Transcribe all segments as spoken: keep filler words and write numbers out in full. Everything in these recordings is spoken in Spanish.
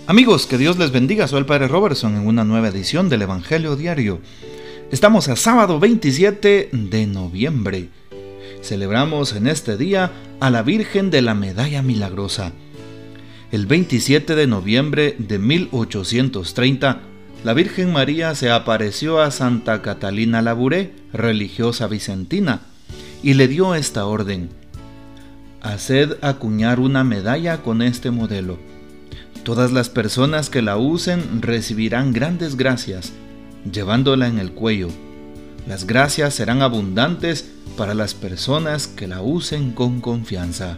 Amigos, que Dios les bendiga. Soy el Padre Robertson en una nueva edición del Evangelio Diario. Estamos a sábado veintisiete de noviembre. Celebramos en este día a la Virgen de la Medalla Milagrosa. El veintisiete de noviembre de mil ochocientos treinta, la Virgen María se apareció a Santa Catalina Labouré, religiosa vicentina, y le dio esta orden: haced acuñar una medalla con este modelo. Todas las personas que la usen recibirán grandes gracias, llevándola en el cuello. Las gracias serán abundantes para las personas que la usen con confianza.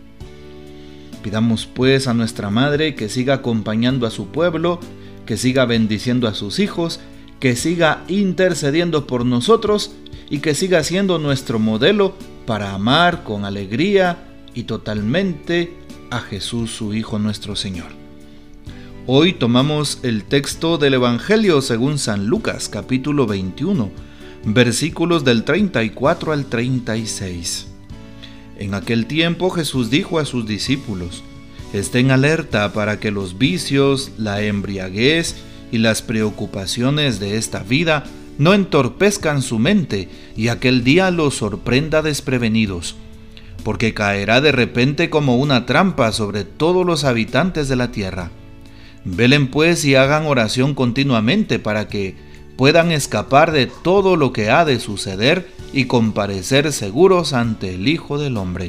Pidamos pues a nuestra Madre que siga acompañando a su pueblo, que siga bendiciendo a sus hijos, que siga intercediendo por nosotros y que siga siendo nuestro modelo para amar con alegría y totalmente a Jesús, su Hijo nuestro Señor. Hoy tomamos el texto del Evangelio según San Lucas, capítulo veintiuno, versículos del treinta y cuatro al treinta y seis. En aquel tiempo Jesús dijo a sus discípulos: estén alerta para que los vicios, la embriaguez y las preocupaciones de esta vida no entorpezcan su mente y aquel día los sorprenda desprevenidos, porque caerá de repente como una trampa sobre todos los habitantes de la tierra. Velen pues y hagan oración continuamente para que puedan escapar de todo lo que ha de suceder y comparecer seguros ante el Hijo del Hombre.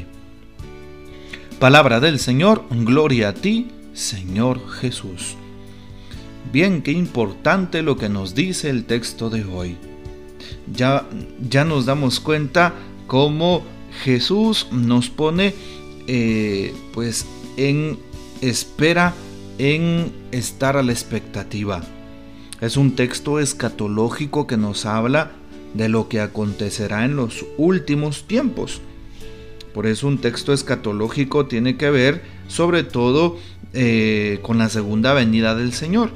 Palabra del Señor, gloria a ti, Señor Jesús. Bien, qué importante lo que nos dice el texto de hoy. Ya, ya nos damos cuenta cómo Jesús nos pone eh, pues en espera, en estar a la expectativa. Es un texto escatológico que nos habla de lo que acontecerá en los últimos tiempos. Por eso un texto escatológico tiene que ver sobre todo eh, con la segunda venida del Señor.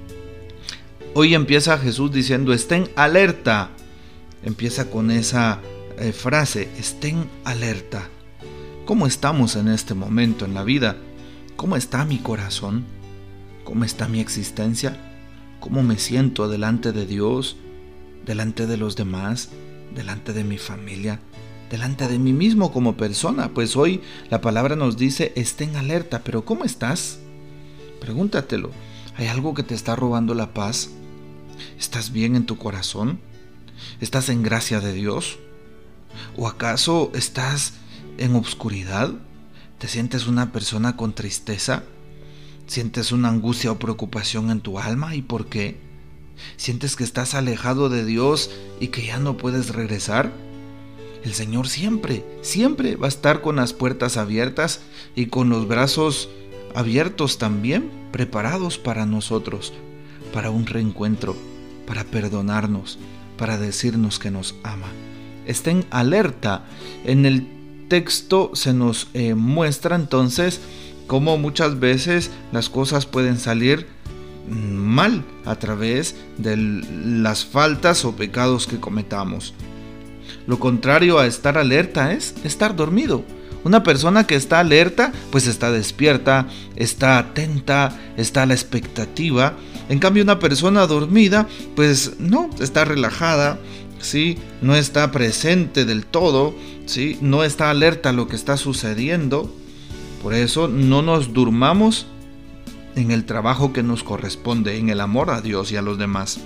Hoy empieza Jesús diciendo: estén alerta. Empieza con esa eh, frase: estén alerta. ¿Cómo estamos en este momento en la vida? ¿Cómo está mi corazón? ¿Cómo está mi existencia? ¿Cómo me siento delante de Dios, delante de los demás, delante de mi familia, delante de mí mismo como persona? Pues hoy la palabra nos dice: estén alerta. ¿Pero cómo estás? Pregúntatelo. ¿Hay algo que te está robando la paz? ¿Estás bien en tu corazón? ¿Estás en gracia de Dios? ¿O acaso estás en obscuridad? ¿Te sientes una persona con tristeza? ¿Sientes una angustia o preocupación en tu alma? ¿Y por qué? ¿Sientes que estás alejado de Dios y que ya no puedes regresar? El Señor siempre, siempre va a estar con las puertas abiertas y con los brazos abiertos también, preparados para nosotros, para un reencuentro, para perdonarnos, para decirnos que nos ama. Estén alerta. En el texto se nos eh, muestra entonces cómo muchas veces las cosas pueden salir mal a través de las faltas o pecados que cometamos. Lo contrario a estar alerta es estar dormido. Una persona que está alerta, pues está despierta, está atenta, está a la expectativa. En cambio, una persona dormida, pues no, está relajada, ¿sí? No está presente del todo, ¿sí? No está alerta a lo que está sucediendo. Por eso no nos durmamos en el trabajo que nos corresponde, en el amor a Dios y a los demás.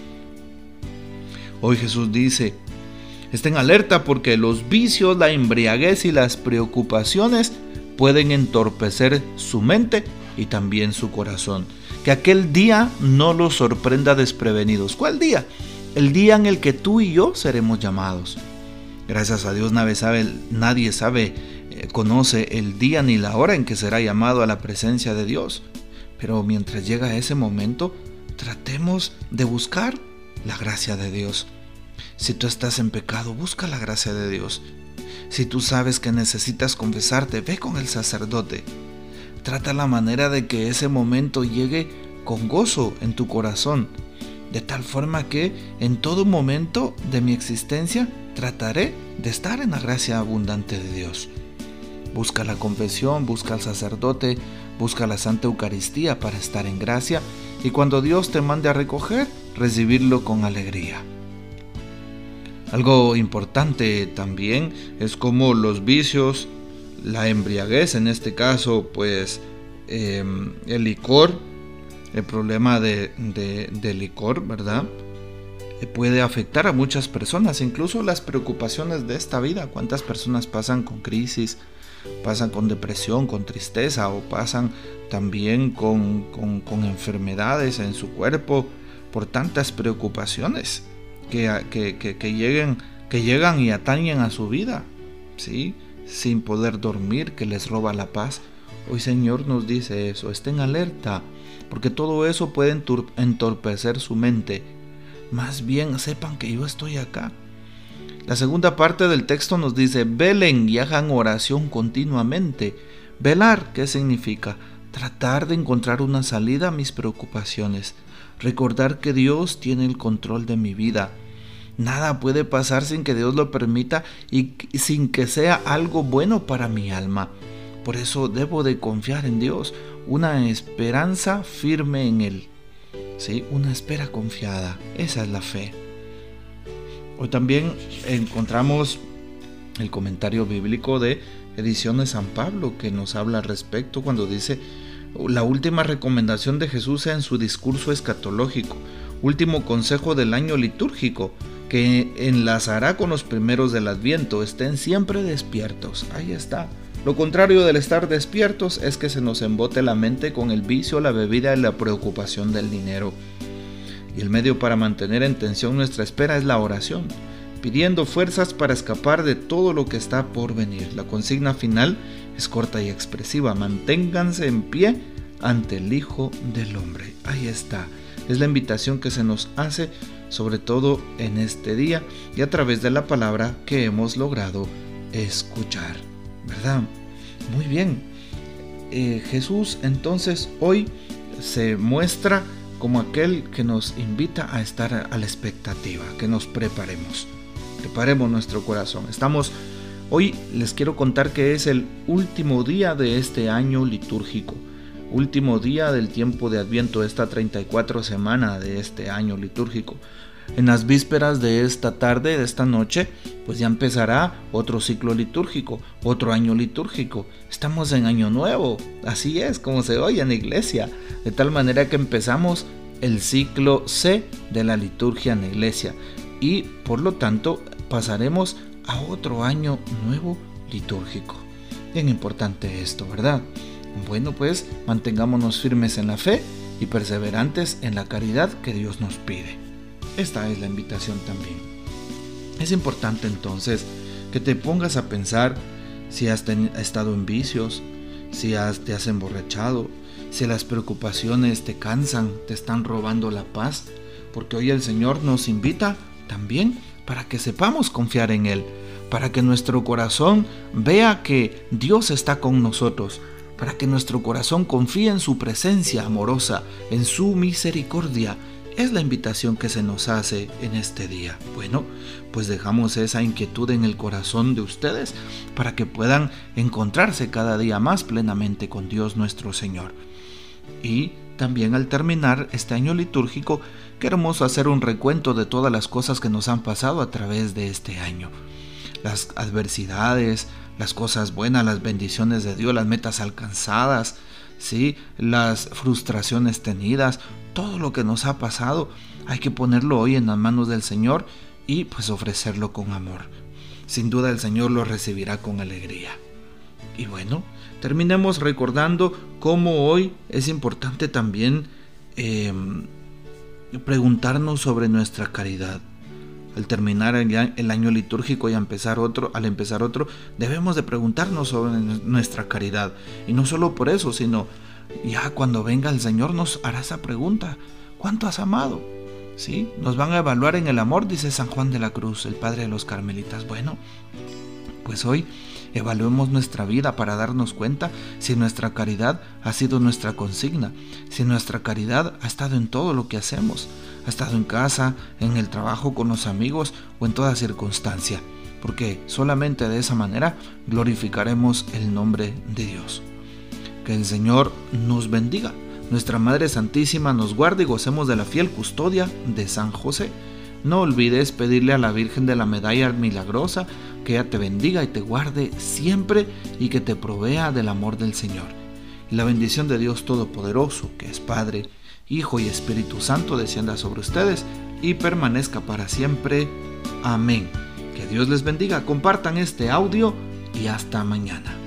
Hoy Jesús dice: estén alerta porque los vicios, la embriaguez y las preocupaciones pueden entorpecer su mente y también su corazón. Que aquel día no los sorprenda desprevenidos. ¿Cuál día? El día en el que tú y yo seremos llamados. Gracias a Dios nadie sabe, nadie sabe, eh, conoce el día ni la hora en que será llamado a la presencia de Dios. Pero mientras llega ese momento, tratemos de buscar la gracia de Dios. Si tú estás en pecado, busca la gracia de Dios. Si tú sabes que necesitas confesarte, ve con el sacerdote. Trata la manera de que ese momento llegue con gozo en tu corazón, de tal forma que en todo momento de mi existencia trataré de estar en la gracia abundante de Dios. Busca la confesión, busca al sacerdote, busca la Santa Eucaristía para estar en gracia y cuando Dios te mande a recoger, recibirlo con alegría. Algo importante también es como los vicios, la embriaguez, en este caso pues eh, el licor, el problema de, de, de licor, ¿verdad? Puede afectar a muchas personas, incluso las preocupaciones de esta vida. ¿Cuántas personas pasan con crisis, pasan con depresión, con tristeza o pasan también con, con, con enfermedades en su cuerpo por tantas preocupaciones que, que, que, que, lleguen, que llegan y atañen a su vida, ¿sí? Sin poder dormir, que les roba la paz? Hoy Señor nos dice eso, estén alerta, porque todo eso puede entorpecer su mente. Más bien sepan que yo estoy acá. La segunda parte del texto nos dice, velen y hagan oración continuamente. Velar, ¿qué significa? Tratar de encontrar una salida a mis preocupaciones. Recordar que Dios tiene el control de mi vida. Nada puede pasar sin que Dios lo permita y sin que sea algo bueno para mi alma. Por eso debo de confiar en Dios, una esperanza firme en Él. ¿Sí? Una espera confiada, esa es la fe. Hoy también encontramos el comentario bíblico de Ediciones San Pablo que nos habla al respecto cuando dice la última recomendación de Jesús en su discurso escatológico, último consejo del año litúrgico que enlazará con los primeros del Adviento: estén siempre despiertos. Ahí está. Lo contrario del estar despiertos es que se nos embote la mente con el vicio, la bebida y la preocupación del dinero. Y el medio para mantener en tensión nuestra espera es la oración, pidiendo fuerzas para escapar de todo lo que está por venir. La consigna final es corta y expresiva: manténganse en pie ante el Hijo del Hombre. Ahí está. Es la invitación que se nos hace, sobre todo en este día y a través de la palabra que hemos logrado escuchar, ¿verdad? Muy bien. Eh, Jesús entonces hoy se muestra como aquel que nos invita a estar a la expectativa, que nos preparemos, preparemos nuestro corazón. Estamos, hoy les quiero contar que es el último día de este año litúrgico, último día del tiempo de Adviento, esta treinta y cuatro semana de este año litúrgico. En las vísperas de esta tarde, de esta noche, pues ya empezará otro ciclo litúrgico, otro año litúrgico. Estamos en año nuevo, así es como se oye en la iglesia, de tal manera que empezamos el ciclo C de la liturgia en la iglesia y por lo tanto pasaremos a otro año nuevo litúrgico. Bien importante esto, ¿verdad? Bueno, pues mantengámonos firmes en la fe y perseverantes en la caridad que Dios nos pide. Esta es la invitación también. Es importante entonces que te pongas a pensar si has ten- estado en vicios, si has, te has emborrachado, si las preocupaciones te cansan, te están robando la paz, porque hoy el Señor nos invita también para que sepamos confiar en Él, para que nuestro corazón vea que Dios está con nosotros, para que nuestro corazón confíe en su presencia amorosa, en su misericordia. Es la invitación que se nos hace en este día. Bueno, pues dejamos esa inquietud en el corazón de ustedes para que puedan encontrarse cada día más plenamente con Dios nuestro Señor. Y también al terminar este año litúrgico, queremos hacer un recuento de todas las cosas que nos han pasado a través de este año. Las adversidades, las cosas buenas, las bendiciones de Dios, las metas alcanzadas, ¿sí? Las frustraciones tenidas, todo lo que nos ha pasado, hay que ponerlo hoy en las manos del Señor y pues ofrecerlo con amor. Sin duda el Señor lo recibirá con alegría. Y bueno, terminemos recordando cómo hoy es importante también eh, preguntarnos sobre nuestra caridad. Al terminar el año litúrgico y a empezar otro, al empezar otro, debemos de preguntarnos sobre nuestra caridad. Y no solo por eso, sino ya cuando venga el Señor nos hará esa pregunta: ¿cuánto has amado? ¿Sí? Nos van a evaluar en el amor, dice San Juan de la Cruz, el padre de los carmelitas. Bueno, pues hoy evaluemos nuestra vida para darnos cuenta si nuestra caridad ha sido nuestra consigna, si nuestra caridad ha estado en todo lo que hacemos, ha estado en casa, en el trabajo, con los amigos o en toda circunstancia. porque solamente de esa manera glorificaremos el nombre de Dios. Que el Señor nos bendiga, nuestra Madre Santísima nos guarde y gocemos de la fiel custodia de San José. No olvides pedirle a la Virgen de la Medalla Milagrosa que ella te bendiga y te guarde siempre y que te provea del amor del Señor. Y la bendición de Dios Todopoderoso, que es Padre, Hijo y Espíritu Santo, descienda sobre ustedes y permanezca para siempre. Amén. Que Dios les bendiga, compartan este audio y hasta mañana.